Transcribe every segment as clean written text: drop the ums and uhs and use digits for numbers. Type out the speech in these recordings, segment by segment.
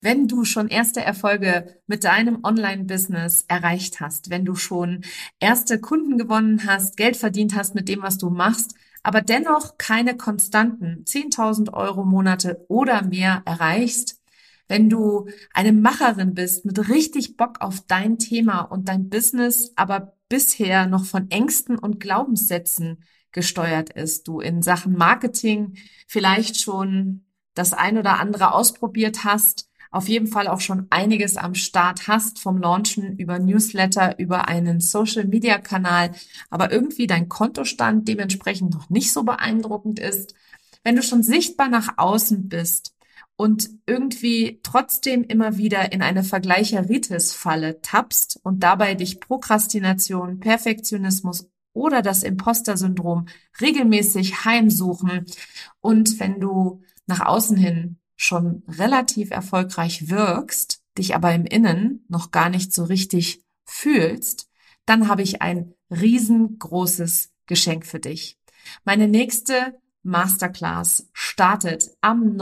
Wenn du schon erste Erfolge mit deinem Online-Business erreicht hast, wenn du schon erste Kunden gewonnen hast, Geld verdient hast mit dem, was du machst, aber dennoch keine konstanten 10.000 Euro Monate oder mehr erreichst, wenn du eine Macherin bist mit richtig Bock auf dein Thema und dein Business, aber bisher noch von Ängsten und Glaubenssätzen gesteuert ist, du in Sachen Marketing vielleicht schon das ein oder andere ausprobiert hast, auf jeden Fall auch schon einiges am Start hast, vom Launchen über Newsletter, über einen Social-Media-Kanal, aber irgendwie dein Kontostand dementsprechend noch nicht so beeindruckend ist, wenn du schon sichtbar nach außen bist und irgendwie trotzdem immer wieder in eine Vergleicheritis-Falle tappst und dabei dich Prokrastination, Perfektionismus oder das Imposter-Syndrom regelmäßig heimsuchen und wenn du nach außen hin schon relativ erfolgreich wirkst, dich aber im Innen noch gar nicht so richtig fühlst, dann habe ich ein riesengroßes Geschenk für dich. Meine nächste Masterclass startet am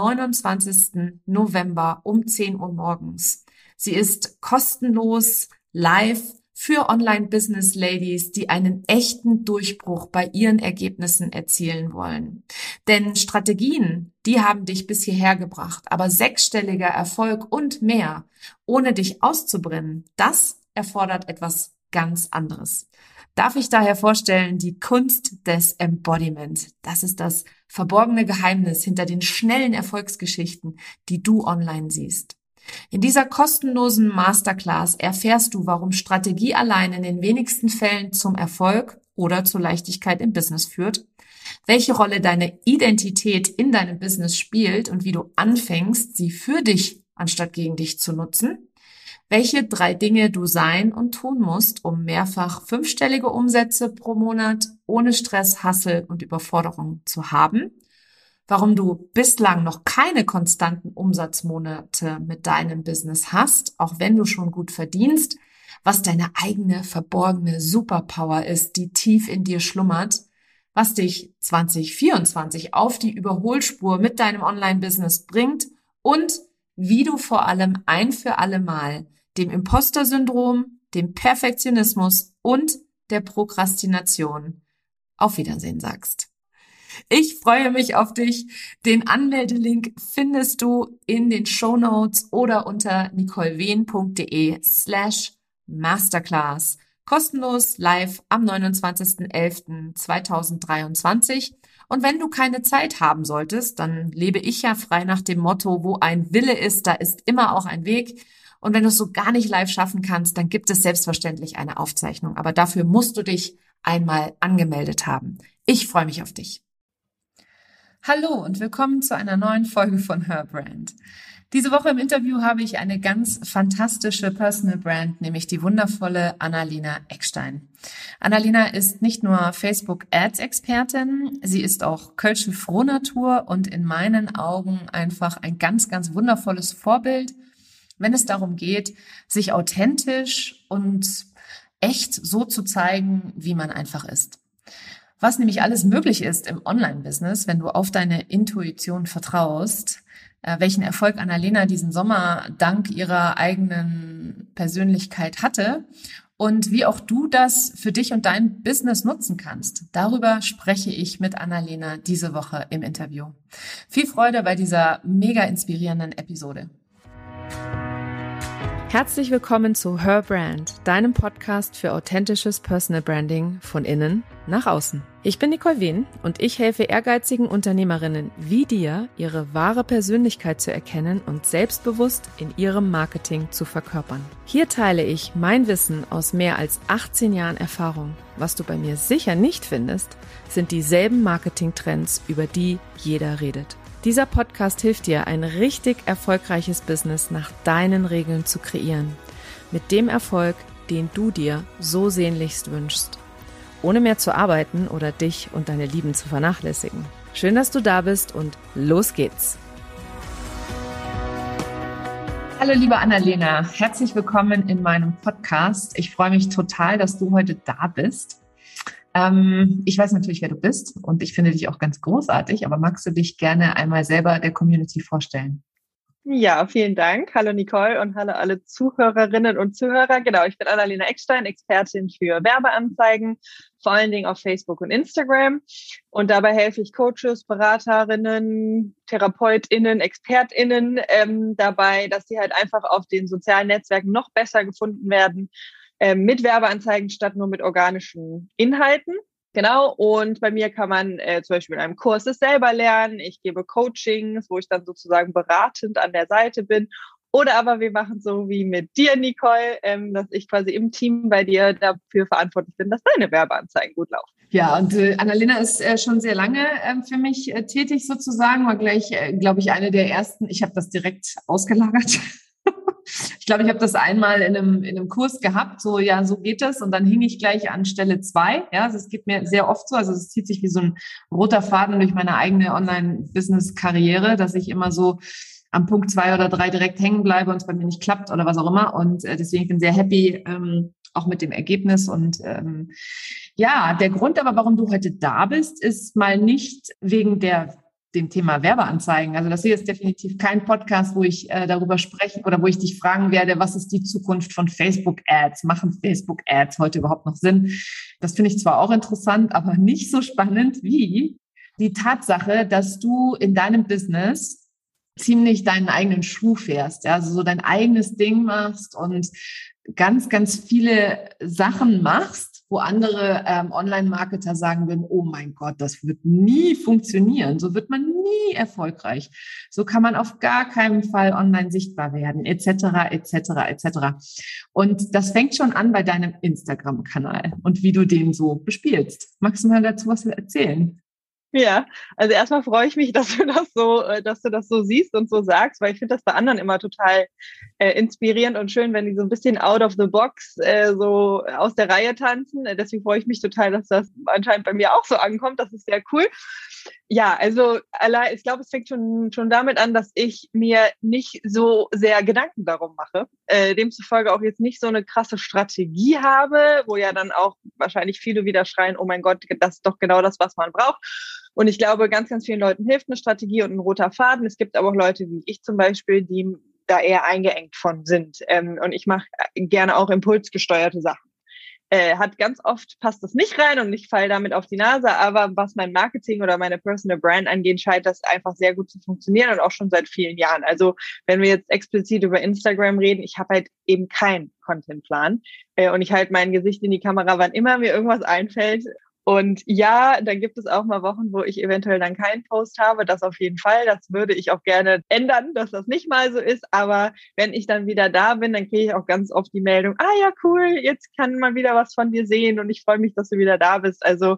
29. November um 10 Uhr morgens. Sie ist kostenlos live für Online-Business-Ladies, die einen echten Durchbruch bei ihren Ergebnissen erzielen wollen. Denn Strategien, die haben dich bis hierher gebracht, aber sechsstelliger Erfolg und mehr, ohne dich auszubrennen, das erfordert etwas ganz anderes. Darf ich daher vorstellen, die Kunst des Embodiment. Das ist das verborgene Geheimnis hinter den schnellen Erfolgsgeschichten, die du online siehst. In dieser kostenlosen Masterclass erfährst du, warum Strategie allein in den wenigsten Fällen zum Erfolg oder zur Leichtigkeit im Business führt, welche Rolle deine Identität in deinem Business spielt und wie du anfängst, sie für dich anstatt gegen dich zu nutzen, welche 3 Dinge du sein und tun musst, um mehrfach 5-stellige Umsätze pro Monat ohne Stress, Hassel und Überforderung zu haben, warum du bislang noch keine konstanten Umsatzmonate mit deinem Business hast, auch wenn du schon gut verdienst, was deine eigene verborgene Superpower ist, die tief in dir schlummert, was dich 2024 auf die Überholspur mit deinem Online-Business bringt und wie du vor allem ein für alle Mal dem Imposter-Syndrom, dem Perfektionismus und der Prokrastination auf Wiedersehen sagst. Ich freue mich auf dich. Den Anmeldelink findest du in den Shownotes oder unter nicolewehn.de/masterclass. Kostenlos live am 29.11.2023. Und wenn du keine Zeit haben solltest, dann lebe ich ja frei nach dem Motto, wo ein Wille ist, da ist immer auch ein Weg. Und wenn du es so gar nicht live schaffen kannst, dann gibt es selbstverständlich eine Aufzeichnung. Aber dafür musst du dich einmal angemeldet haben. Ich freue mich auf dich. Hallo und willkommen zu einer neuen Folge von Her Brand. Diese Woche im Interview habe ich eine ganz fantastische Personal Brand, nämlich die wundervolle Annalena Eckstein. Annalena ist nicht nur Facebook-Ads-Expertin, sie ist auch Kölsche Frohnatur und in meinen Augen einfach ein ganz, ganz wundervolles Vorbild, wenn es darum geht, sich authentisch und echt so zu zeigen, wie man einfach ist. Was nämlich alles möglich ist im Online-Business, wenn du auf deine Intuition vertraust, welchen Erfolg Annalena diesen Sommer dank ihrer eigenen Persönlichkeit hatte und wie auch du das für dich und dein Business nutzen kannst. Darüber spreche ich mit Annalena diese Woche im Interview. Viel Freude bei dieser mega inspirierenden Episode. Herzlich willkommen zu Her Brand, deinem Podcast für authentisches Personal Branding von innen nach außen. Ich bin Nicole Wehn und ich helfe ehrgeizigen Unternehmerinnen wie dir, ihre wahre Persönlichkeit zu erkennen und selbstbewusst in ihrem Marketing zu verkörpern. Hier teile ich mein Wissen aus mehr als 18 Jahren Erfahrung. Was du bei mir sicher nicht findest, sind dieselben Marketingtrends, über die jeder redet. Dieser Podcast hilft dir, ein richtig erfolgreiches Business nach deinen Regeln zu kreieren. Mit dem Erfolg, den du dir so sehnlichst wünschst. Ohne mehr zu arbeiten oder dich und deine Lieben zu vernachlässigen. Schön, dass du da bist und los geht's. Hallo liebe Annalena, herzlich willkommen in meinem Podcast. Ich freue mich total, dass du heute da bist. Ich weiß natürlich, wer du bist und ich finde dich auch ganz großartig, aber magst du dich gerne einmal selber der Community vorstellen? Ja, vielen Dank. Hallo Nicole und hallo alle Zuhörerinnen und Zuhörer. Genau, ich bin Annalena Eckstein, Expertin für Werbeanzeigen, vor allen Dingen auf Facebook und Instagram. Und dabei helfe ich Coaches, Beraterinnen, TherapeutInnen, ExpertInnen dabei, dass sie halt einfach auf den sozialen Netzwerken noch besser gefunden werden, mit Werbeanzeigen statt nur mit organischen Inhalten. Genau, und bei mir kann man zum Beispiel in einem Kurs es selber lernen. Ich gebe Coachings, wo ich dann sozusagen beratend an der Seite bin. Oder aber wir machen so wie mit dir, Nicole, dass ich quasi im Team bei dir dafür verantwortlich bin, dass deine Werbeanzeigen gut laufen. Ja, und Annalena ist schon sehr lange für mich tätig sozusagen, war gleich, glaube ich, eine der ersten. Ich habe das direkt ausgelagert. Ich glaube, ich habe das einmal in einem Kurs gehabt, so, ja, so geht das. Und dann hing ich gleich an Stelle 2. Ja, also es geht mir sehr oft so. Also es zieht sich wie so ein roter Faden durch meine eigene Online-Business-Karriere, dass ich immer so am Punkt 2 oder 3 direkt hängen bleibe und es bei mir nicht klappt oder was auch immer. Und deswegen bin ich sehr happy, auch mit dem Ergebnis. Und ja, der Grund aber, warum du heute da bist, ist mal nicht wegen dem Thema Werbeanzeigen. Also das hier ist definitiv kein Podcast, wo ich darüber spreche oder wo ich dich fragen werde, was ist die Zukunft von Facebook-Ads? Machen Facebook-Ads heute überhaupt noch Sinn? Das finde ich zwar auch interessant, aber nicht so spannend wie die Tatsache, dass du in deinem Business ziemlich deinen eigenen Schuh fährst, ja? Also so dein eigenes Ding machst und ganz, ganz viele Sachen machst, wo andere Online-Marketer sagen würden, oh mein Gott, das wird nie funktionieren, so wird man nie erfolgreich, so kann man auf gar keinen Fall online sichtbar werden, etc., etc., etc. Und das fängt schon an bei deinem Instagram-Kanal und wie du den so bespielst. Magst du mal dazu was erzählen? Ja, also erstmal freue ich mich, dass du das so siehst und so sagst, weil ich finde das bei anderen immer total inspirierend und schön, wenn die so ein bisschen out of the box so aus der Reihe tanzen. Deswegen freue ich mich total, dass das anscheinend bei mir auch so ankommt. Das ist sehr cool. Ja, also allein, ich glaube, es fängt schon damit an, dass ich mir nicht so sehr Gedanken darum mache. Demzufolge auch jetzt nicht so eine krasse Strategie habe, wo ja dann auch wahrscheinlich viele wieder schreien, oh mein Gott, das ist doch genau das, was man braucht. Und ich glaube, ganz, ganz vielen Leuten hilft eine Strategie und ein roter Faden. Es gibt aber auch Leute wie ich zum Beispiel, die da eher eingeengt von sind. Und ich mache gerne auch impulsgesteuerte Sachen. Hat ganz oft, passt das nicht rein und ich falle damit auf die Nase, aber was mein Marketing oder meine Personal Brand angeht, scheint das einfach sehr gut zu funktionieren und auch schon seit vielen Jahren. Also wenn wir jetzt explizit über Instagram reden, ich habe halt eben keinen Contentplan und ich halte mein Gesicht in die Kamera, wann immer mir irgendwas einfällt. Und ja, da gibt es auch mal Wochen, wo ich eventuell dann keinen Post habe. Das auf jeden Fall. Das würde ich auch gerne ändern, dass das nicht mal so ist. Aber wenn ich dann wieder da bin, dann kriege ich auch ganz oft die Meldung, ah ja, cool, jetzt kann man wieder was von dir sehen und ich freue mich, dass du wieder da bist. Also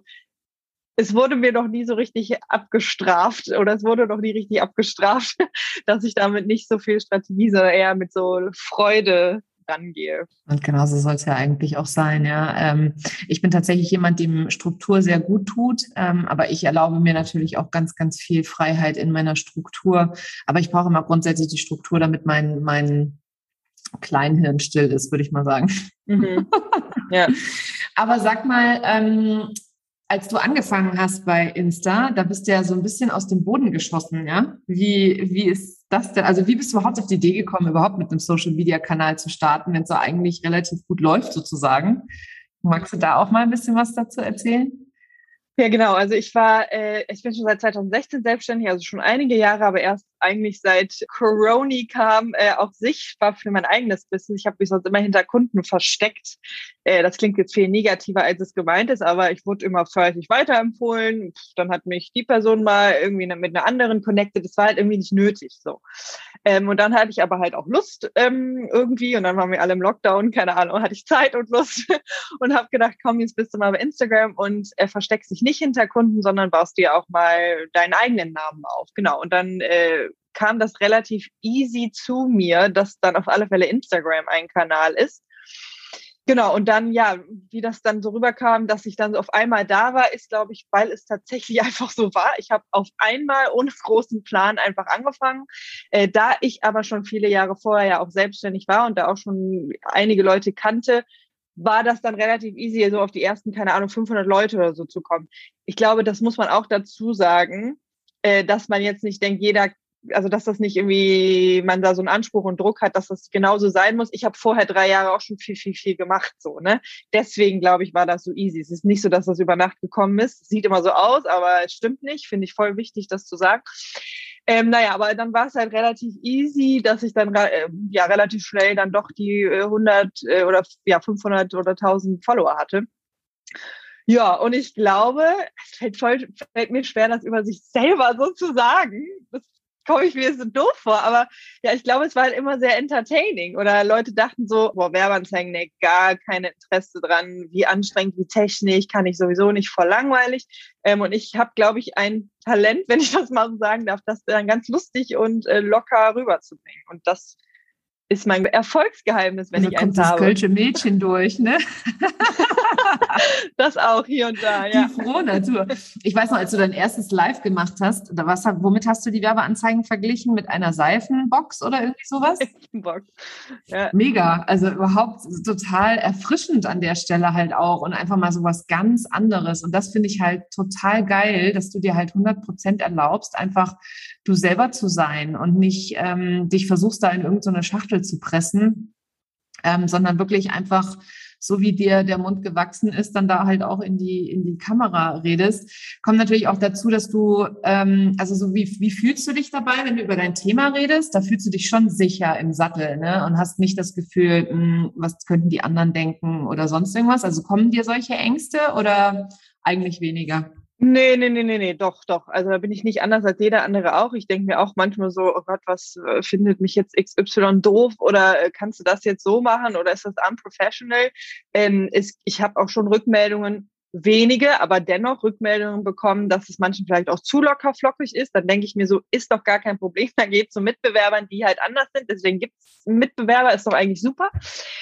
es wurde mir noch nie so richtig abgestraft oder es wurde noch nie richtig abgestraft, dass ich damit nicht so viel Strategie, sondern eher mit so Freude rangehe. Und genauso soll es ja eigentlich auch sein, ja. Ich bin tatsächlich jemand, dem Struktur sehr gut tut, aber ich erlaube mir natürlich auch ganz, ganz viel Freiheit in meiner Struktur. Aber ich brauche immer grundsätzlich die Struktur, damit mein Kleinhirn still ist, würde ich mal sagen. Mhm. Ja. Aber sag mal, als du angefangen hast bei Insta, da bist du ja so ein bisschen aus dem Boden geschossen, ja? Wie ist das denn? Also wie bist du überhaupt auf die Idee gekommen, überhaupt mit einem Social-Media-Kanal zu starten, wenn es so eigentlich relativ gut läuft sozusagen? Magst du da auch mal ein bisschen was dazu erzählen? Ja, genau. Also ich bin schon seit 2016 selbstständig, also schon einige Jahre, aber erst eigentlich seit Corona kam, auch sichtbar für mein eigenes Business. Ich habe mich sonst immer hinter Kunden versteckt. Das klingt jetzt viel negativer, als es gemeint ist, aber ich wurde immer fleißig weiterempfohlen. Dann hat mich die Person mal irgendwie mit einer anderen connected. Das war halt irgendwie nicht nötig, so. Und dann hatte ich aber halt auch Lust irgendwie und dann waren wir alle im Lockdown, keine Ahnung, hatte ich Zeit und Lust und habe gedacht, komm, jetzt bist du mal bei Instagram und versteckst dich nicht hinter Kunden, sondern baust dir auch mal deinen eigenen Namen auf. Genau. Und dann kam das relativ easy zu mir, dass dann auf alle Fälle Instagram ein Kanal ist. Genau, und dann, ja, wie das dann so rüberkam, dass ich dann so auf einmal da war, ist, glaube ich, weil es tatsächlich einfach so war. Ich habe auf einmal ohne großen Plan einfach angefangen. Da ich aber schon viele Jahre vorher ja auch selbstständig war und da auch schon einige Leute kannte, war das dann relativ easy, so auf die ersten, keine Ahnung, 500 Leute oder so zu kommen. Ich glaube, das muss man auch dazu sagen, dass man jetzt nicht denkt, jeder also dass das nicht irgendwie, man da so einen Anspruch und Druck hat, dass das genauso sein muss. Ich habe vorher 3 Jahre auch schon viel gemacht, so, ne? Deswegen, glaube ich, war das so easy. Es ist nicht so, dass das über Nacht gekommen ist. Sieht immer so aus, aber es stimmt nicht. Finde ich voll wichtig, das zu sagen. Naja, aber dann war es halt relativ easy, dass ich dann relativ schnell dann doch die 100 oder 500 oder 1000 Follower hatte. Ja, und ich glaube, es fällt mir schwer, das über sich selber so zu sagen. Das komme ich mir so doof vor, aber ja, ich glaube, es war halt immer sehr entertaining. Oder Leute dachten so, boah, Werbeanzeigen, ne, gar kein Interesse dran, wie anstrengend, wie technisch, kann ich sowieso nicht, voll langweilig. Und ich habe, glaube ich, ein Talent, wenn ich das mal so sagen darf, das dann ganz lustig und locker rüberzubringen. Und das ist mein Erfolgsgeheimnis, wenn also ich eins kommt das habe. Kölsche Mädchen durch, ne? Das auch hier und da, ja. Die frohe Natur. Ich weiß noch, als du dein erstes Live gemacht hast, womit hast du die Werbeanzeigen verglichen? Mit einer Seifenbox oder irgendwie sowas? Bock. Ja. Mega, also überhaupt total erfrischend an der Stelle halt auch und einfach mal so was ganz anderes. Und das finde ich halt total geil, dass du dir halt 100% erlaubst, einfach du selber zu sein und nicht dich versuchst, da in irgendeine Schachtel zu pressen, sondern wirklich einfach so wie dir der Mund gewachsen ist, dann da halt auch in die Kamera redest. Kommt natürlich auch dazu, dass du, also so wie fühlst du dich dabei, wenn du über dein Thema redest? Da fühlst du dich schon sicher im Sattel, ne? Und hast nicht das Gefühl, was könnten die anderen denken oder sonst irgendwas? Also kommen dir solche Ängste oder eigentlich weniger? Nee, doch. Also da bin ich nicht anders als jeder andere auch. Ich denke mir auch manchmal so, oh Gott, was findet mich jetzt XY doof oder kannst du das jetzt so machen oder ist das unprofessional? Ich habe auch schon Rückmeldungen, wenige, aber dennoch Rückmeldungen bekommen, dass es manchen vielleicht auch zu locker flockig ist. Dann denke ich mir so, ist doch gar kein Problem. Da geht es zu Mitbewerbern, die halt anders sind. Deswegen gibt es Mitbewerber, ist doch eigentlich super.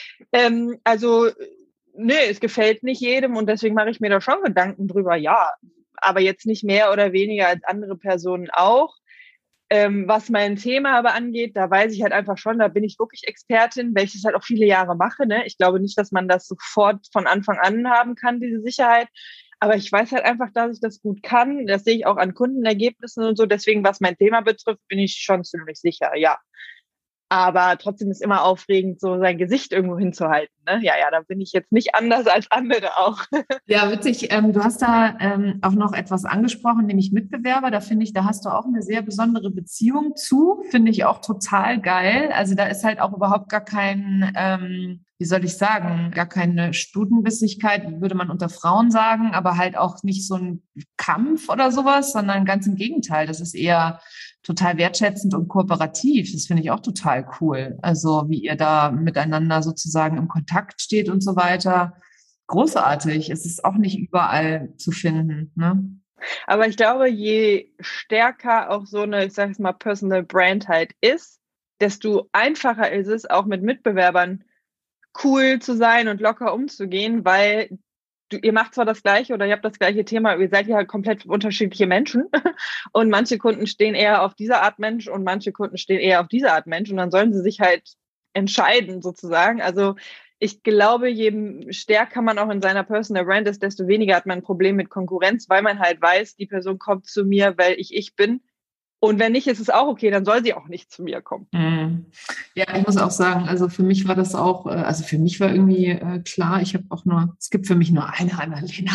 Nee, es gefällt nicht jedem und deswegen mache ich mir da schon Gedanken drüber, ja, aber jetzt nicht mehr oder weniger als andere Personen auch. Was mein Thema aber angeht, da weiß ich halt einfach schon, da bin ich wirklich Expertin, welches halt auch viele Jahre mache. Ne? Ich glaube nicht, dass man das sofort von Anfang an haben kann, diese Sicherheit. Aber ich weiß halt einfach, dass ich das gut kann. Das sehe ich auch an Kundenergebnissen und so. Deswegen, was mein Thema betrifft, bin ich schon ziemlich sicher, ja. Aber trotzdem ist immer aufregend, so sein Gesicht irgendwo hinzuhalten. Ne? Ja, da bin ich jetzt nicht anders als andere auch. Ja, witzig. Du hast da auch noch etwas angesprochen, nämlich Mitbewerber. Da finde ich, da hast du auch eine sehr besondere Beziehung zu. Finde ich auch total geil. Also da ist halt auch überhaupt gar kein, wie soll ich sagen, gar keine Stutenbissigkeit, würde man unter Frauen sagen, aber halt auch nicht so ein Kampf oder sowas, sondern ganz im Gegenteil. Das ist eher total wertschätzend und kooperativ. Das finde ich auch total cool. Also wie ihr da miteinander sozusagen im Kontakt steht und so weiter. Großartig. Es ist auch nicht überall zu finden, ne? Aber ich glaube, je stärker auch so eine, ich sage es mal, Personal Brand halt ist, desto einfacher ist es, auch mit Mitbewerbern cool zu sein und locker umzugehen, weil ihr macht zwar das Gleiche oder ihr habt das gleiche Thema, aber ihr seid ja halt komplett unterschiedliche Menschen und manche Kunden stehen eher auf diese Art Mensch und manche Kunden stehen eher auf diese Art Mensch und dann sollen sie sich halt entscheiden sozusagen. Also ich glaube, je stärker man auch in seiner Personal Brand ist, desto weniger hat man ein Problem mit Konkurrenz, weil man halt weiß, die Person kommt zu mir, weil ich bin. Und wenn nicht, ist es auch okay, dann soll sie auch nicht zu mir kommen. Ja, ich muss auch sagen, also für mich war das auch, also für mich war irgendwie klar, es gibt für mich nur eine Annalena.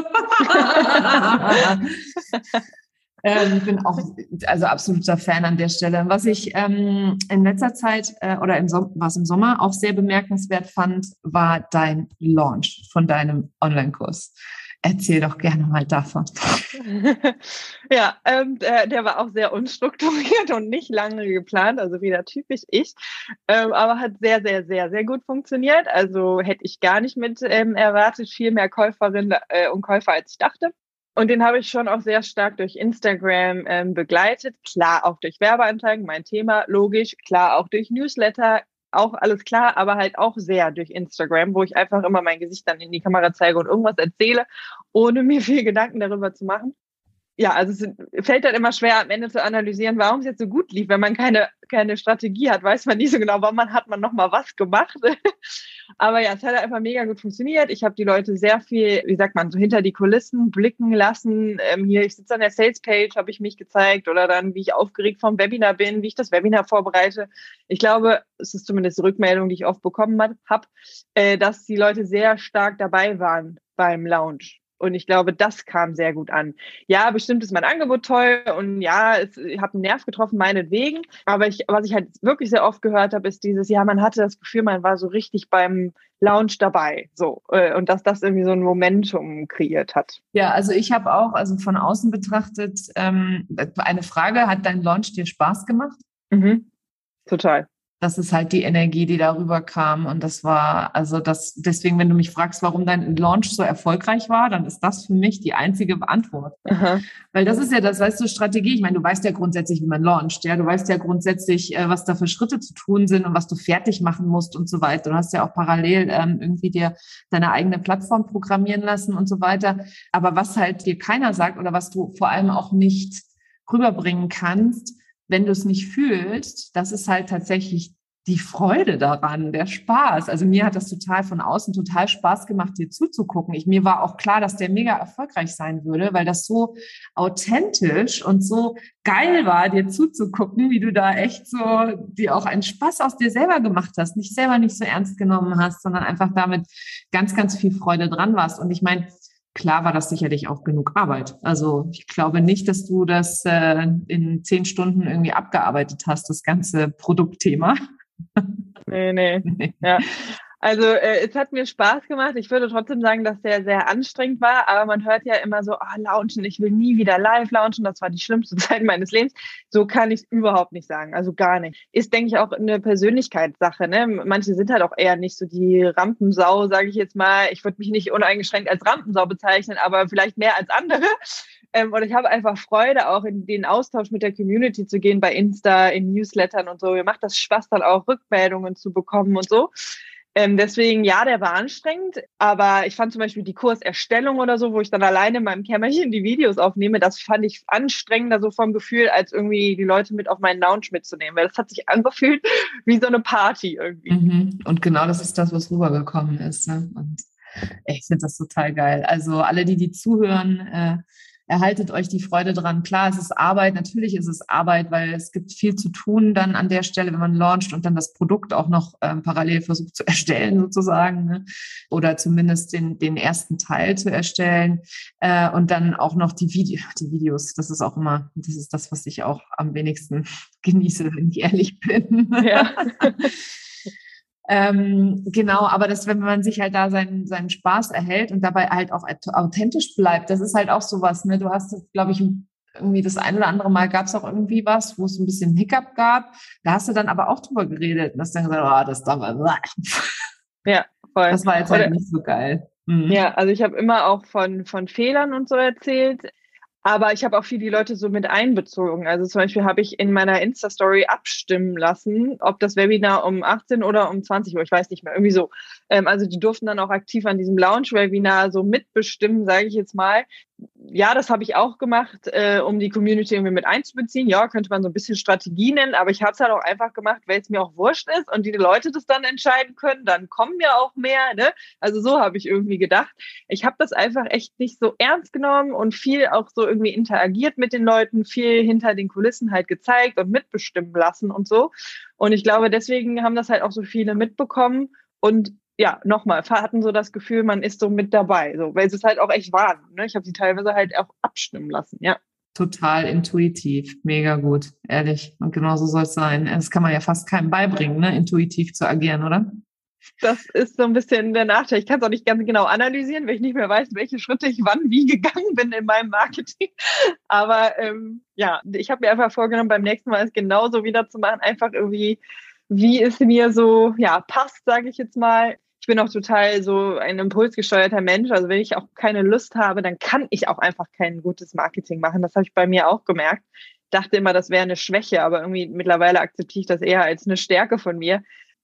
Ich bin auch also absoluter Fan an der Stelle. Was ich in letzter Zeit oder im Sommer auch sehr bemerkenswert fand, war dein Launch von deinem Online-Kurs. Erzähl doch gerne mal davon. Ja, der war auch sehr unstrukturiert und nicht lange geplant, also wieder typisch ich, aber hat sehr, sehr, sehr, sehr gut funktioniert. Also hätte ich gar nicht mit erwartet, viel mehr Käuferinnen und Käufer, als ich dachte. Und den habe ich schon auch sehr stark durch Instagram begleitet. Klar, auch durch Werbeanzeigen, mein Thema, logisch. Klar, auch durch Newsletter, auch alles klar, aber halt auch sehr durch Instagram, wo ich einfach immer mein Gesicht dann in die Kamera zeige und irgendwas erzähle, ohne mir viel Gedanken darüber zu machen. Ja, also es fällt dann immer schwer, am Ende zu analysieren, warum es jetzt so gut lief. Wenn man keine Strategie hat, weiß man nicht so genau, wann hat man nochmal was gemacht. Aber ja, es hat einfach mega gut funktioniert. Ich habe die Leute sehr viel, wie sagt man, so hinter die Kulissen blicken lassen. Hier, ich sitze an der Sales-Page, habe ich mich gezeigt oder dann, wie ich aufgeregt vom Webinar bin, wie ich das Webinar vorbereite. Ich glaube, es ist zumindest die Rückmeldung, die ich oft bekommen habe, dass die Leute sehr stark dabei waren beim Launch. Und ich glaube, das kam sehr gut an. Ja, bestimmt ist mein Angebot toll und ja, ich habe einen Nerv getroffen, meinetwegen. Aber was ich halt wirklich sehr oft gehört habe, ist dieses, ja, man hatte das Gefühl, man war so richtig beim Launch dabei. So. Und dass das irgendwie so ein Momentum kreiert hat. Ja, also ich habe auch, also von außen betrachtet, eine Frage, hat dein Launch dir Spaß gemacht? Mhm. Total. Das ist halt die Energie, die darüber kam. Und das war, also das, deswegen, wenn du mich fragst, warum dein Launch so erfolgreich war, dann ist das für mich die einzige Antwort. Aha. Weil das ist ja das, weißt du, Strategie. Ich meine, du weißt ja grundsätzlich, wie man launcht, ja. Du weißt ja grundsätzlich, was da für Schritte zu tun sind und was du fertig machen musst und so weiter. Du hast ja auch parallel irgendwie dir deine eigene Plattform programmieren lassen und so weiter. Aber was halt dir keiner sagt oder was du vor allem auch nicht rüberbringen kannst, wenn du es nicht fühlst, das ist halt tatsächlich die Freude daran, der Spaß. Also mir hat das total von außen total Spaß gemacht, dir zuzugucken. Mir war auch klar, dass der mega erfolgreich sein würde, weil das so authentisch und so geil war, dir zuzugucken, wie du da echt so dir auch einen Spaß aus dir selber gemacht hast, nicht selber nicht so ernst genommen hast, sondern einfach damit ganz, ganz viel Freude dran warst. Und ich meine, klar war das sicherlich auch genug Arbeit. Also ich glaube nicht, dass du das in 10 Stunden irgendwie abgearbeitet hast, das ganze Produktthema. Nee. Ja. Also es hat mir Spaß gemacht. Ich würde trotzdem sagen, dass der sehr anstrengend war, aber man hört ja immer so, launchen, ich will nie wieder live launchen, das war die schlimmste Zeit meines Lebens. So kann ich es überhaupt nicht sagen, also gar nicht. Ist, denke ich, auch eine Persönlichkeitssache. Ne? Manche sind halt auch eher nicht so die Rampensau, sage ich jetzt mal. Ich würde mich nicht uneingeschränkt als Rampensau bezeichnen, aber vielleicht mehr als andere. Und ich habe einfach Freude, auch in den Austausch mit der Community zu gehen, bei Insta, in Newslettern und so. Mir macht das Spaß, dann auch Rückmeldungen zu bekommen und so. Deswegen, ja, der war anstrengend, aber ich fand zum Beispiel die Kurserstellung oder so, wo ich dann alleine in meinem Kämmerchen die Videos aufnehme, das fand ich anstrengender so vom Gefühl, als irgendwie die Leute mit auf meinen Lounge mitzunehmen, weil das hat sich angefühlt wie so eine Party irgendwie. Mhm. Und genau das ist das, was rübergekommen ist. Ne? Und ich finde das total geil. Also alle, die zuhören, erhaltet euch die Freude dran. Klar, es ist Arbeit, natürlich ist es Arbeit, weil es gibt viel zu tun dann an der Stelle, wenn man launcht und dann das Produkt auch noch parallel versucht zu erstellen sozusagen, ne? Oder zumindest den ersten Teil zu erstellen und dann auch noch die Videos. Das ist auch immer, das ist das, was ich auch am wenigsten genieße, wenn ich ehrlich bin. Ja. Genau, aber das, wenn man sich halt da seinen Spaß erhält und dabei halt auch authentisch bleibt, das ist halt auch sowas, ne? Du hast, glaube ich, irgendwie das ein oder andere Mal gab es auch irgendwie was, wo es ein bisschen Hiccup gab. Da hast du dann aber auch drüber geredet und hast dann gesagt, das damals. Ja, voll. Das war jetzt halt nicht so geil. Mhm. Ja, also ich habe immer auch von Fehlern und so erzählt. Aber ich habe auch viel die Leute so mit einbezogen. Also zum Beispiel habe ich in meiner Insta-Story abstimmen lassen, ob das Webinar um 18 oder um 20 Uhr, ich weiß nicht mehr, irgendwie so. Also die durften dann auch aktiv an diesem Launch-Webinar so mitbestimmen, sage ich jetzt mal. Ja, das habe ich auch gemacht, um die Community irgendwie mit einzubeziehen. Ja, könnte man so ein bisschen Strategie nennen, aber ich habe es halt auch einfach gemacht, weil es mir auch wurscht ist und die Leute das dann entscheiden können, dann kommen ja auch mehr. Ne? Also so habe ich irgendwie gedacht. Ich habe das einfach echt nicht so ernst genommen und viel auch so irgendwie interagiert mit den Leuten, viel hinter den Kulissen halt gezeigt und mitbestimmen lassen und so. Und ich glaube, deswegen haben das halt auch so viele mitbekommen und ja, nochmal, hatten so das Gefühl, man ist so mit dabei, so, weil sie es halt auch echt waren. Ne? Ich habe sie teilweise halt auch abstimmen lassen, ja. Total intuitiv, mega gut, ehrlich. Und genau so soll es sein. Das kann man ja fast keinem beibringen, ne? Intuitiv zu agieren, oder? Das ist so ein bisschen der Nachteil. Ich kann es auch nicht ganz genau analysieren, weil ich nicht mehr weiß, welche Schritte ich wann wie gegangen bin in meinem Marketing. Aber ja, ich habe mir einfach vorgenommen, beim nächsten Mal es genauso wieder zu machen. Einfach irgendwie, wie es mir so passt, sage ich jetzt mal. Ich bin auch total so ein impulsgesteuerter Mensch. Also wenn ich auch keine Lust habe, dann kann ich auch einfach kein gutes Marketing machen. Das habe ich bei mir auch gemerkt. Dachte immer, das wäre eine Schwäche, aber irgendwie mittlerweile akzeptiere ich das eher als eine Stärke von mir.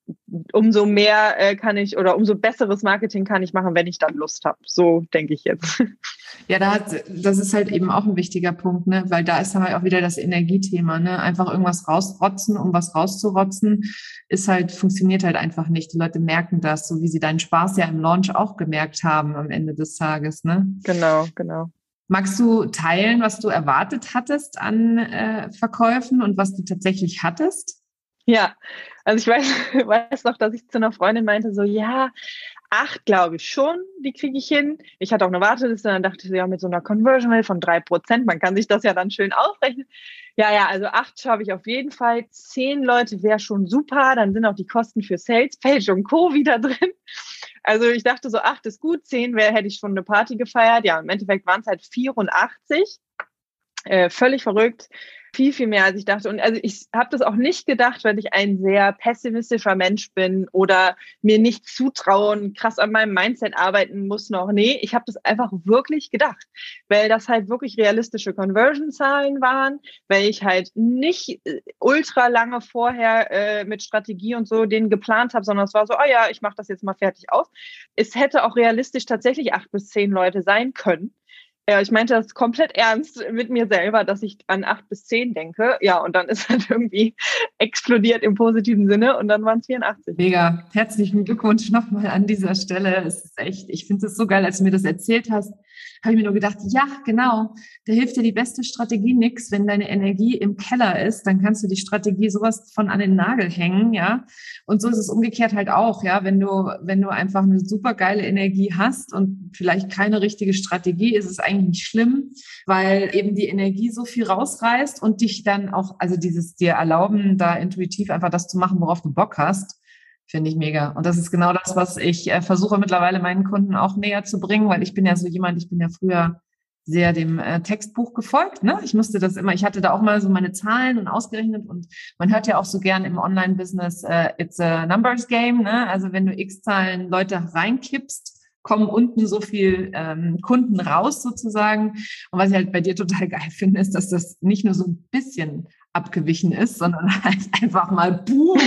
umso mehr kann ich oder umso besseres Marketing kann ich machen, wenn ich dann Lust habe. So denke ich jetzt. Ja, das ist halt eben auch ein wichtiger Punkt, ne? Weil da ist dann halt auch wieder das Energiethema, ne? Einfach irgendwas rausrotzen, um was rauszurotzen, funktioniert halt einfach nicht. Die Leute merken das, so wie sie deinen Spaß ja im Launch auch gemerkt haben am Ende des Tages, ne? Genau, genau. Magst du teilen, was du erwartet hattest an Verkäufen und was du tatsächlich hattest? Ja, also ich weiß noch, dass ich zu einer Freundin meinte, so, ja, 8 glaube ich schon, die kriege ich hin. Ich hatte auch eine Warteliste, dann dachte ich so, ja, mit so einer Conversion Rate von 3%, man kann sich das ja dann schön ausrechnen. Ja, also 8 schaffe ich auf jeden Fall. 10 Leute wäre schon super, dann sind auch die Kosten für Sales Page und Co. wieder drin. Also ich dachte so, 8 ist gut, 10 hätte ich schon eine Party gefeiert. Ja, im Endeffekt waren es halt 84. Völlig verrückt. Viel, viel mehr, als ich dachte. Und also ich habe das auch nicht gedacht, weil ich ein sehr pessimistischer Mensch bin oder mir nicht zutrauen, krass an meinem Mindset arbeiten muss noch. Nee, ich habe das einfach wirklich gedacht, weil das halt wirklich realistische Conversion-Zahlen waren, weil ich halt nicht ultra lange vorher mit Strategie und so den geplant habe, sondern es war so, oh ja, ich mache das jetzt mal fertig aus. Es hätte auch realistisch tatsächlich 8 bis 10 Leute sein können. Ja, ich meinte das komplett ernst mit mir selber, dass ich an 8 bis 10 denke. Ja, und dann ist halt irgendwie explodiert im positiven Sinne und dann waren es 84. Mega. Herzlichen Glückwunsch nochmal an dieser Stelle. Es ist echt, ich finde es so geil, als du mir das erzählt hast, habe ich mir nur gedacht, ja, genau, da hilft dir die beste Strategie nix. Wenn deine Energie im Keller ist, dann kannst du die Strategie sowas von an den Nagel hängen, ja. Und so ist es umgekehrt halt auch, ja. Wenn du einfach eine super geile Energie hast und vielleicht keine richtige Strategie, ist es eigentlich nicht schlimm, weil eben die Energie so viel rausreißt und dich dann auch, also dieses dir erlauben, da intuitiv einfach das zu machen, worauf du Bock hast, finde ich mega. Und das ist genau das, was ich versuche mittlerweile meinen Kunden auch näher zu bringen, weil ich bin ja so jemand, ich bin ja früher sehr dem Textbuch gefolgt. Ne? Ich musste das immer, ich hatte da auch mal so meine Zahlen und ausgerechnet und man hört ja auch so gern im Online-Business, it's a numbers game. Ne? Also wenn du x Zahlen Leute reinkippst, kommen unten so viel Kunden raus sozusagen. Und was ich halt bei dir total geil finde, ist, dass das nicht nur so ein bisschen abgewichen ist, sondern halt einfach mal boom.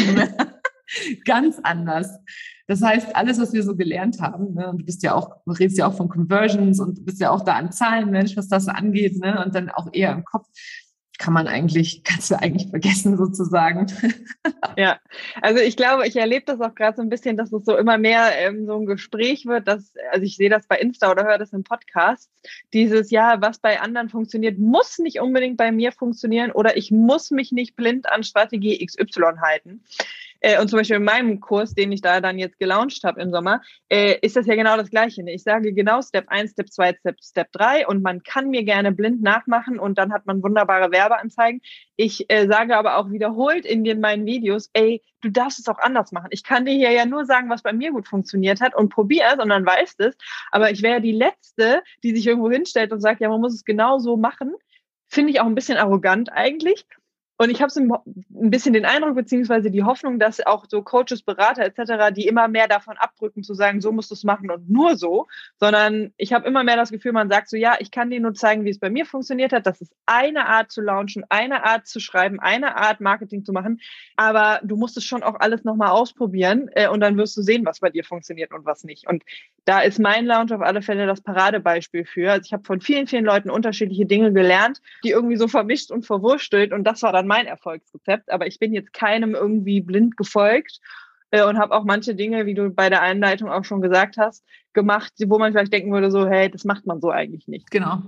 Ganz anders. Das heißt, alles, was wir so gelernt haben, ne, und du redest ja auch von Conversions und du bist ja auch da an Zahlen, Mensch, was das angeht, ne, und dann auch eher im Kopf, kannst du eigentlich vergessen sozusagen. Ja, also ich glaube, ich erlebe das auch gerade so ein bisschen, dass es so immer mehr so ein Gespräch wird, also ich sehe das bei Insta oder höre das im Podcast, dieses, ja, was bei anderen funktioniert, muss nicht unbedingt bei mir funktionieren oder ich muss mich nicht blind an Strategie XY halten. Und zum Beispiel in meinem Kurs, den ich da dann jetzt gelauncht habe im Sommer, ist das ja genau das Gleiche. Ne? Ich sage genau Step 1, Step 2, Step 3 und man kann mir gerne blind nachmachen und dann hat man wunderbare Werbeanzeigen. Ich sage aber auch wiederholt in meinen Videos, ey, du darfst es auch anders machen. Ich kann dir hier ja nur sagen, was bei mir gut funktioniert hat und probier es und dann weißt es. Aber ich wäre ja die Letzte, die sich irgendwo hinstellt und sagt, ja, man muss es genau so machen. Finde ich auch ein bisschen arrogant eigentlich. Und ich habe so ein bisschen den Eindruck, beziehungsweise die Hoffnung, dass auch so Coaches, Berater etc., die immer mehr davon abrücken, zu sagen, so musst du es machen und nur so, sondern ich habe immer mehr das Gefühl, man sagt so, ja, ich kann dir nur zeigen, wie es bei mir funktioniert hat. Das ist eine Art zu launchen, eine Art zu schreiben, eine Art Marketing zu machen, aber du musst es schon auch alles nochmal ausprobieren und dann wirst du sehen, was bei dir funktioniert und was nicht. Und da ist mein Launch auf alle Fälle das Paradebeispiel für. Also ich habe von vielen, vielen Leuten unterschiedliche Dinge gelernt, die irgendwie so vermischt und verwurstelt und das war dann mein Erfolgsrezept, aber ich bin jetzt keinem irgendwie blind gefolgt und habe auch manche Dinge, wie du bei der Einleitung auch schon gesagt hast, gemacht, wo man vielleicht denken würde, so, hey, das macht man so eigentlich nicht. Genau.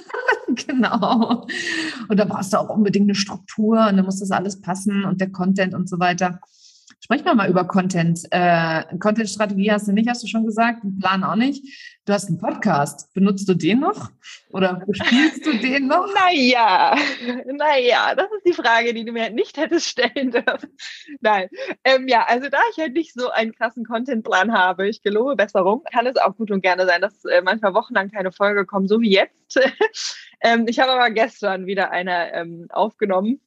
Genau. Und da brauchst du auch unbedingt eine Struktur und da muss das alles passen und der Content und so weiter. Sprechen wir mal über Content. Content-Strategie hast du nicht, hast du schon gesagt. Einen Plan auch nicht. Du hast einen Podcast. Benutzt du den noch? Oder spielst du den noch? Naja, das ist die Frage, die du mir nicht hättest stellen dürfen. Nein. Ja, also da ich halt nicht so einen krassen Contentplan habe, ich gelobe Besserung, kann es auch gut und gerne sein, dass manchmal wochenlang keine Folge kommt, so wie jetzt. Ich habe aber gestern wieder eine aufgenommen.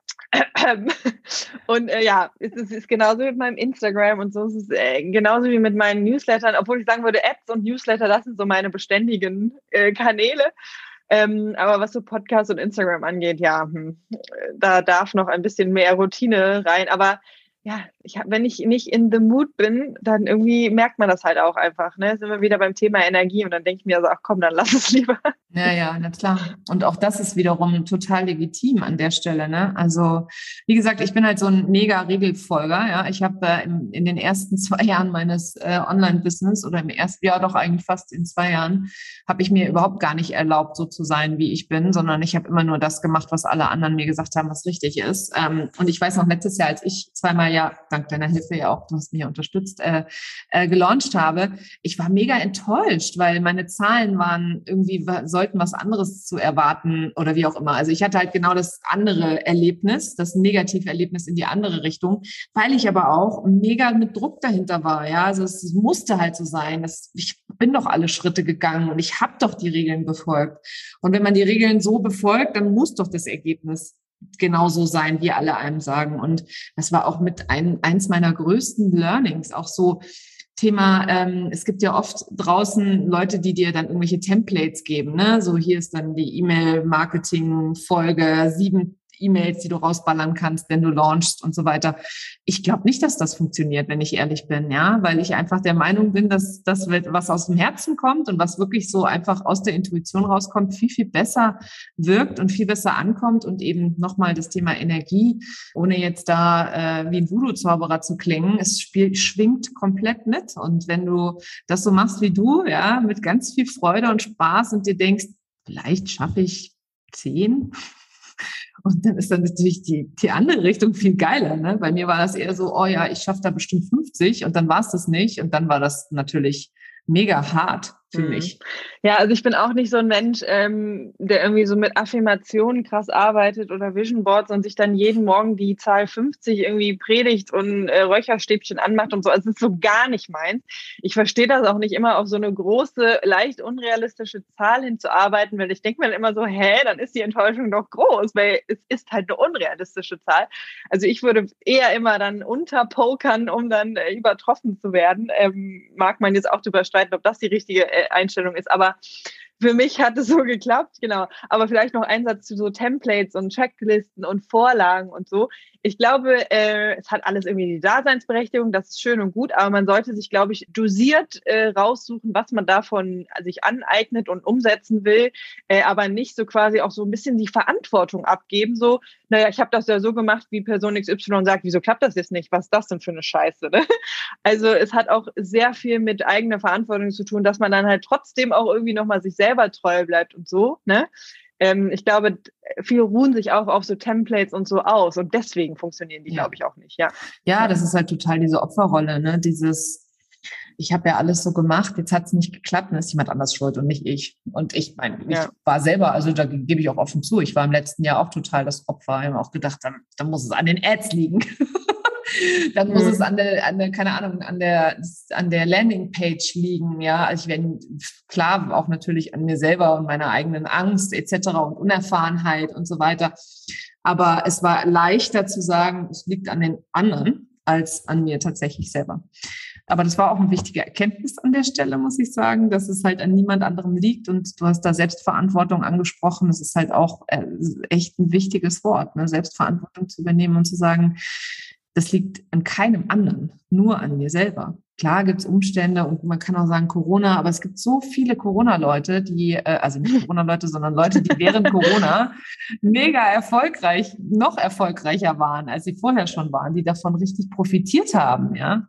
Und ja, es ist genauso mit meinem Instagram und so es ist genauso wie mit meinen Newslettern, obwohl ich sagen würde, Ads und Newsletter, das sind so meine beständigen Kanäle. Aber was so Podcast und Instagram angeht, ja, da darf noch ein bisschen mehr Routine rein. Aber ja, wenn ich nicht in the mood bin, dann irgendwie merkt man das halt auch einfach. Ne? Sind wir wieder beim Thema Energie und dann denke ich mir so, ach komm, dann lass es lieber. Ja, na klar. Und auch das ist wiederum total legitim an der Stelle, ne? Also, wie gesagt, ich bin halt so ein mega Regelfolger, ja. Ich habe in den ersten 2 Jahren meines Online-Business oder im ersten Jahr doch eigentlich fast in 2 Jahren, habe ich mir überhaupt gar nicht erlaubt, so zu sein, wie ich bin, sondern ich habe immer nur das gemacht, was alle anderen mir gesagt haben, was richtig ist. Und ich weiß noch, letztes Jahr, als ich 2-mal ja, dank deiner Hilfe ja auch, du hast mich ja unterstützt, gelauncht habe, ich war mega enttäuscht, weil meine Zahlen waren irgendwie, sollten was anderes zu erwarten oder wie auch immer. Also ich hatte halt genau das andere Erlebnis, das Negativerlebnis in die andere Richtung, weil ich aber auch mega mit Druck dahinter war. Ja, also es musste halt so sein. Ich bin doch alle Schritte gegangen und ich habe doch die Regeln befolgt. Und wenn man die Regeln so befolgt, dann muss doch das Ergebnis genauso sein, wie alle einem sagen. Und das war auch mit eins meiner größten Learnings, auch so Thema, es gibt ja oft draußen Leute, die dir dann irgendwelche Templates geben, ne? So, hier ist dann die E-Mail-Marketing-Folge, 7 E-Mails, die du rausballern kannst, wenn du launchst und so weiter. Ich glaube nicht, dass das funktioniert, wenn ich ehrlich bin, ja, weil ich einfach der Meinung bin, dass das, was aus dem Herzen kommt und was wirklich so einfach aus der Intuition rauskommt, viel, viel besser wirkt und viel besser ankommt und eben nochmal das Thema Energie, ohne jetzt da wie ein Voodoo-Zauberer zu klingen, schwingt komplett mit. Und wenn du das so machst wie du, ja, mit ganz viel Freude und Spaß und dir denkst, vielleicht schaffe ich 10, und dann ist dann natürlich die andere Richtung viel geiler. Ne? Bei mir war das eher so, oh ja, ich schaffe da bestimmt 50 und dann war es das nicht. Und dann war das natürlich mega hart für mich. Ja, also ich bin auch nicht so ein Mensch, der irgendwie so mit Affirmationen krass arbeitet oder Vision Boards und sich dann jeden Morgen die Zahl 50 irgendwie predigt und Räucherstäbchen anmacht und so. Also es ist so gar nicht meins. Ich verstehe das auch nicht immer, auf so eine große, leicht unrealistische Zahl hinzuarbeiten, weil ich denke mir dann immer so, dann ist die Enttäuschung doch groß, weil es ist halt eine unrealistische Zahl. Also ich würde eher immer dann unterpokern, um dann übertroffen zu werden. Mag man jetzt auch drüber streiten, ob das die richtige Einstellung ist, aber für mich hat es so geklappt, genau. Aber vielleicht noch ein Satz zu so Templates und Checklisten und Vorlagen und so. Ich glaube, es hat alles irgendwie die Daseinsberechtigung, das ist schön und gut, aber man sollte sich, glaube ich, dosiert raussuchen, was man davon sich aneignet und umsetzen will, aber nicht so quasi auch so ein bisschen die Verantwortung abgeben, so, naja, ich habe das ja so gemacht, wie Person XY sagt, wieso klappt das jetzt nicht? Was ist das denn für eine Scheiße? Ne? Also es hat auch sehr viel mit eigener Verantwortung zu tun, dass man dann halt trotzdem auch irgendwie nochmal sich selber treu bleibt und so, ne? Ich glaube, viele ruhen sich auch auf so Templates und so aus und deswegen funktionieren die, glaube ich, auch nicht, ja. Ja, das ist halt total diese Opferrolle, ne? Ich habe ja alles so gemacht, jetzt hat es nicht geklappt, dann ist jemand anders schuld und nicht ich. Und ich meine, ich war selber, also da gebe ich auch offen zu, ich war im letzten Jahr auch total das Opfer. Ich habe auch gedacht, dann muss es an den Ads liegen. Dann muss es an der, keine Ahnung, an der Landingpage liegen, ja. Also ich werde klar auch natürlich an mir selber und meiner eigenen Angst etc. und Unerfahrenheit und so weiter. Aber es war leichter zu sagen, es liegt an den anderen als an mir tatsächlich selber. Aber das war auch eine wichtige Erkenntnis an der Stelle, muss ich sagen, dass es halt an niemand anderem liegt. Und du hast da Selbstverantwortung angesprochen. Das ist halt auch echt ein wichtiges Wort, ne? Selbstverantwortung zu übernehmen und zu sagen, das liegt an keinem anderen, nur an mir selber. Klar gibt es Umstände und man kann auch sagen Corona, aber es gibt so viele Corona-Leute, also nicht Corona-Leute, sondern Leute, die während Corona mega erfolgreich, noch erfolgreicher waren, als sie vorher schon waren, die davon richtig profitiert haben, ja.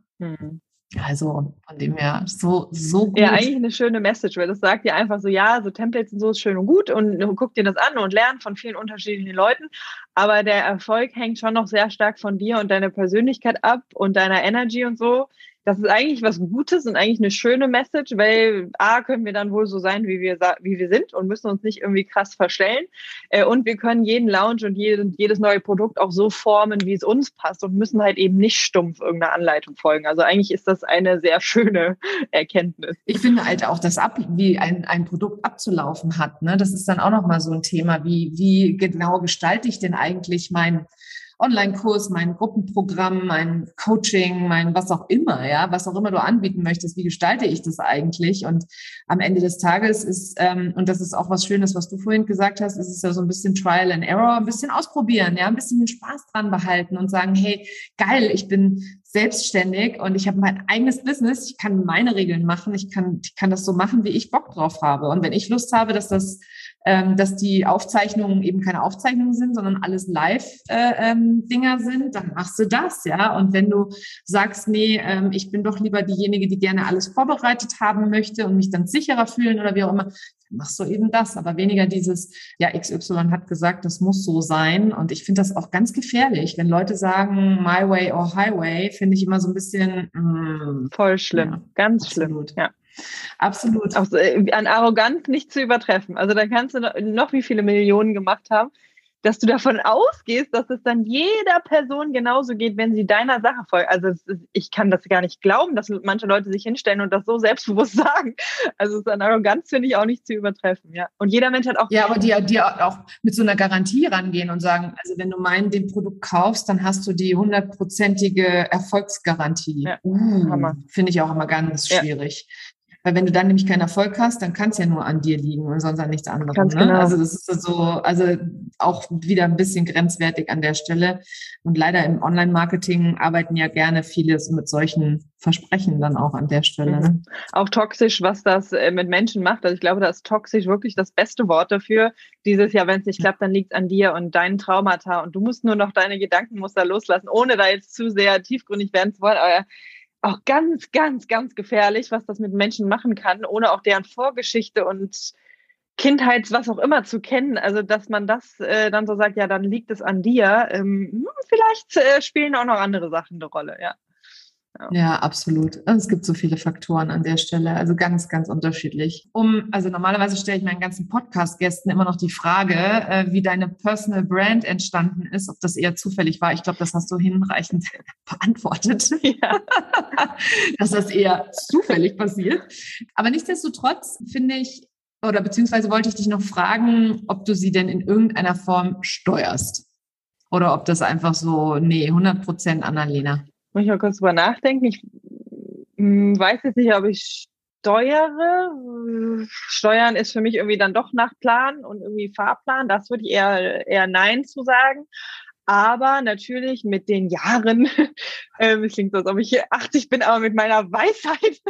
Also von dem her so gut. Ja, eigentlich eine schöne Message, weil das sagt ja einfach so, ja, so Templates und so ist schön und gut und guck dir das an und lern von vielen unterschiedlichen Leuten, aber der Erfolg hängt schon noch sehr stark von dir und deiner Persönlichkeit ab und deiner Energy und so. Das ist eigentlich was Gutes und eigentlich eine schöne Message, weil können wir dann wohl so sein, wie wir sind und müssen uns nicht irgendwie krass verstellen. Und wir können jeden Launch und jedes neue Produkt auch so formen, wie es uns passt und müssen halt eben nicht stumpf irgendeiner Anleitung folgen. Also eigentlich ist das eine sehr schöne Erkenntnis. Ich finde halt auch, wie ein Produkt abzulaufen hat, ne? Das ist dann auch nochmal so ein Thema, wie genau gestalte ich denn eigentlich mein Online-Kurs, mein Gruppenprogramm, mein Coaching, mein was auch immer, ja, was auch immer du anbieten möchtest, wie gestalte ich das eigentlich? Und am Ende des Tages ist, und das ist auch was Schönes, was du vorhin gesagt hast, ist es ja so ein bisschen Trial and Error, ein bisschen ausprobieren, ja, ein bisschen den Spaß dran behalten und sagen, hey, geil, ich bin selbstständig und ich habe mein eigenes Business, ich kann meine Regeln machen, ich kann das so machen, wie ich Bock drauf habe. Und wenn ich Lust habe, dass die Aufzeichnungen eben keine Aufzeichnungen sind, sondern alles Live-Dinger sind, dann machst du das, ja. Und wenn du sagst, nee, ich bin doch lieber diejenige, die gerne alles vorbereitet haben möchte und mich dann sicherer fühlen oder wie auch immer, dann machst du eben das. Aber weniger dieses, ja, XY hat gesagt, das muss so sein. Und ich finde das auch ganz gefährlich, wenn Leute sagen, my way or highway, finde ich immer so ein bisschen voll schlimm, ja, ganz absolut. schlimm, ja. Absolut. Auch so, an Arroganz nicht zu übertreffen. Also da kannst du noch wie viele Millionen gemacht haben, dass du davon ausgehst, dass es dann jeder Person genauso geht, wenn sie deiner Sache folgt. Also ich kann das gar nicht glauben, dass manche Leute sich hinstellen und das so selbstbewusst sagen. Also an Arroganz finde ich auch nicht zu übertreffen. Ja. Und jeder Mensch hat auch... Ja, aber die auch mit so einer Garantie rangehen und sagen, also wenn du dem Produkt kaufst, dann hast du die 100%ige Erfolgsgarantie. Ja, finde ich auch immer ganz schwierig. Weil wenn du dann nämlich keinen Erfolg hast, dann kann es ja nur an dir liegen und sonst an nichts anderem. Ganz ne? Genau. Also das ist so, also auch wieder ein bisschen grenzwertig an der Stelle. Und leider im Online-Marketing arbeiten ja gerne viele mit solchen Versprechen dann auch an der Stelle. Ne? Auch toxisch, was das mit Menschen macht. Also ich glaube, da ist toxisch wirklich das beste Wort dafür. Dieses Jahr, wenn es nicht klappt, dann liegt es an dir und deinen Traumata und du musst nur noch deine Gedankenmuster loslassen, ohne da jetzt zu sehr tiefgründig werden zu wollen. Aber auch ganz, ganz, ganz gefährlich, was das mit Menschen machen kann, ohne auch deren Vorgeschichte und was auch immer zu kennen. Also, dass man das dann so sagt, ja, dann liegt es an dir. Vielleicht spielen auch noch andere Sachen eine Rolle, ja. Ja, absolut. Es gibt so viele Faktoren an der Stelle, also ganz, ganz unterschiedlich. Also normalerweise stelle ich meinen ganzen Podcast-Gästen immer noch die Frage, wie deine Personal Brand entstanden ist, ob das eher zufällig war. Ich glaube, das hast du hinreichend beantwortet, ja. Dass das eher zufällig passiert. Aber nichtsdestotrotz finde ich, oder beziehungsweise wollte ich dich noch fragen, ob du sie denn in irgendeiner Form steuerst. Oder ob das einfach so, 100% Annalena. Muss ich mal kurz drüber nachdenken. Ich weiß jetzt nicht, ob ich steuere. Steuern ist für mich irgendwie dann doch nach Plan und irgendwie Fahrplan. Das würde ich eher Nein zu sagen. Aber natürlich mit den Jahren, es klingt so, als ob ich hier 80 bin, aber mit meiner Weisheit,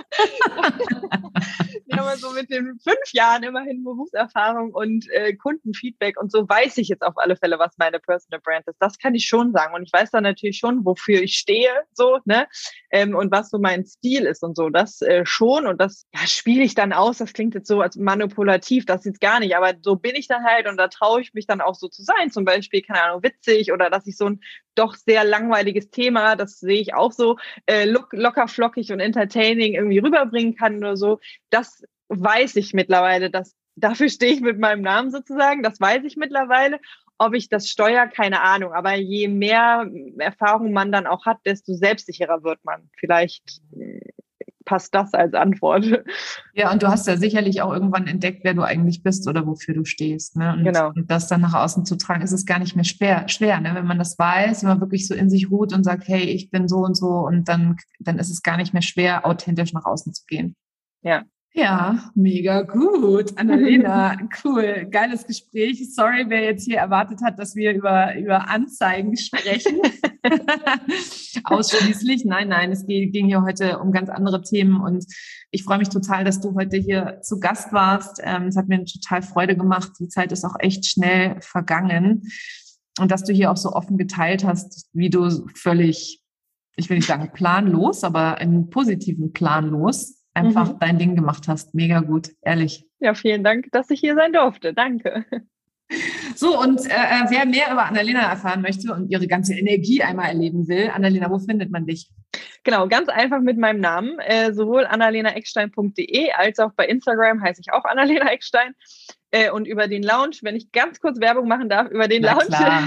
aber so mit den 5 Jahren immerhin Berufserfahrung und Kundenfeedback und so weiß ich jetzt auf alle Fälle, was meine Personal Brand ist. Das kann ich schon sagen. Und ich weiß dann natürlich schon, wofür ich stehe, so, ne? Und was so mein Stil ist und so. Das schon. Und das spiele ich dann aus. Das klingt jetzt so als manipulativ, das jetzt gar nicht. Aber so bin ich dann halt und da traue ich mich dann auch so zu sein. Zum Beispiel, keine Ahnung, witzig oder dass ich so ein doch sehr langweiliges Thema, das sehe ich auch so, locker flockig und entertaining irgendwie rüberbringen kann oder so. Das weiß ich mittlerweile, dafür stehe ich mit meinem Namen sozusagen, das weiß ich mittlerweile. Ob ich das steuere, keine Ahnung. Aber je mehr Erfahrung man dann auch hat, desto selbstsicherer wird man. Vielleicht passt das als Antwort. Ja, und du hast ja sicherlich auch irgendwann entdeckt, wer du eigentlich bist oder wofür du stehst. Ne? Und das dann nach außen zu tragen, ist es gar nicht mehr schwer, ne? Wenn man das weiß, wenn man wirklich so in sich ruht und sagt, hey, ich bin so und dann ist es gar nicht mehr schwer, authentisch nach außen zu gehen. Ja. Ja, mega gut. Annalena, cool, geiles Gespräch. Sorry, wer jetzt hier erwartet hat, dass wir über Anzeigen sprechen. Ausschließlich. Nein, es ging hier heute um ganz andere Themen und ich freue mich total, dass du heute hier zu Gast warst. Es hat mir total Freude gemacht. Die Zeit ist auch echt schnell vergangen und dass du hier auch so offen geteilt hast, wie du völlig, ich will nicht sagen planlos, aber im positiven planlos einfach dein Ding gemacht hast. Mega gut, ehrlich. Ja, vielen Dank, dass ich hier sein durfte. Danke. So, und wer mehr über Annalena erfahren möchte und ihre ganze Energie einmal erleben will, Annalena, wo findet man dich? Genau, ganz einfach mit meinem Namen, sowohl annalenaeckstein.de als auch bei Instagram heiße ich auch Annalena Eckstein. Und über den Lounge, wenn ich ganz kurz Werbung machen darf, über den Lounge,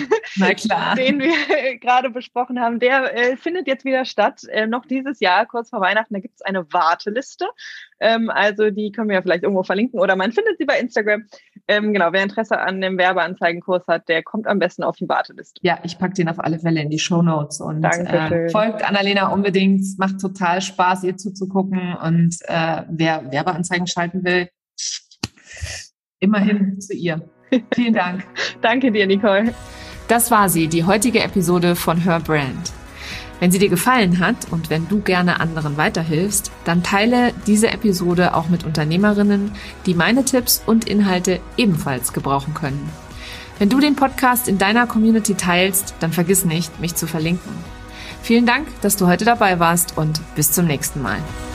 den wir gerade besprochen haben, der findet jetzt wieder statt, noch dieses Jahr, kurz vor Weihnachten, da gibt es eine Warteliste, also die können wir ja vielleicht irgendwo verlinken oder man findet sie bei Instagram. Genau, wer Interesse an dem Werbeanzeigenkurs hat, der kommt am besten auf die Warteliste. Ja, ich packe den auf alle Fälle in die Shownotes und folgt Annalena unbedingt, es macht total Spaß, ihr zuzugucken und wer Werbeanzeigen schalten will, immerhin zu ihr. Vielen Dank. Danke dir, Nicole. Das war sie, die heutige Episode von Her Brand. Wenn sie dir gefallen hat und wenn du gerne anderen weiterhilfst, dann teile diese Episode auch mit Unternehmerinnen, die meine Tipps und Inhalte ebenfalls gebrauchen können. Wenn du den Podcast in deiner Community teilst, dann vergiss nicht, mich zu verlinken. Vielen Dank, dass du heute dabei warst und bis zum nächsten Mal.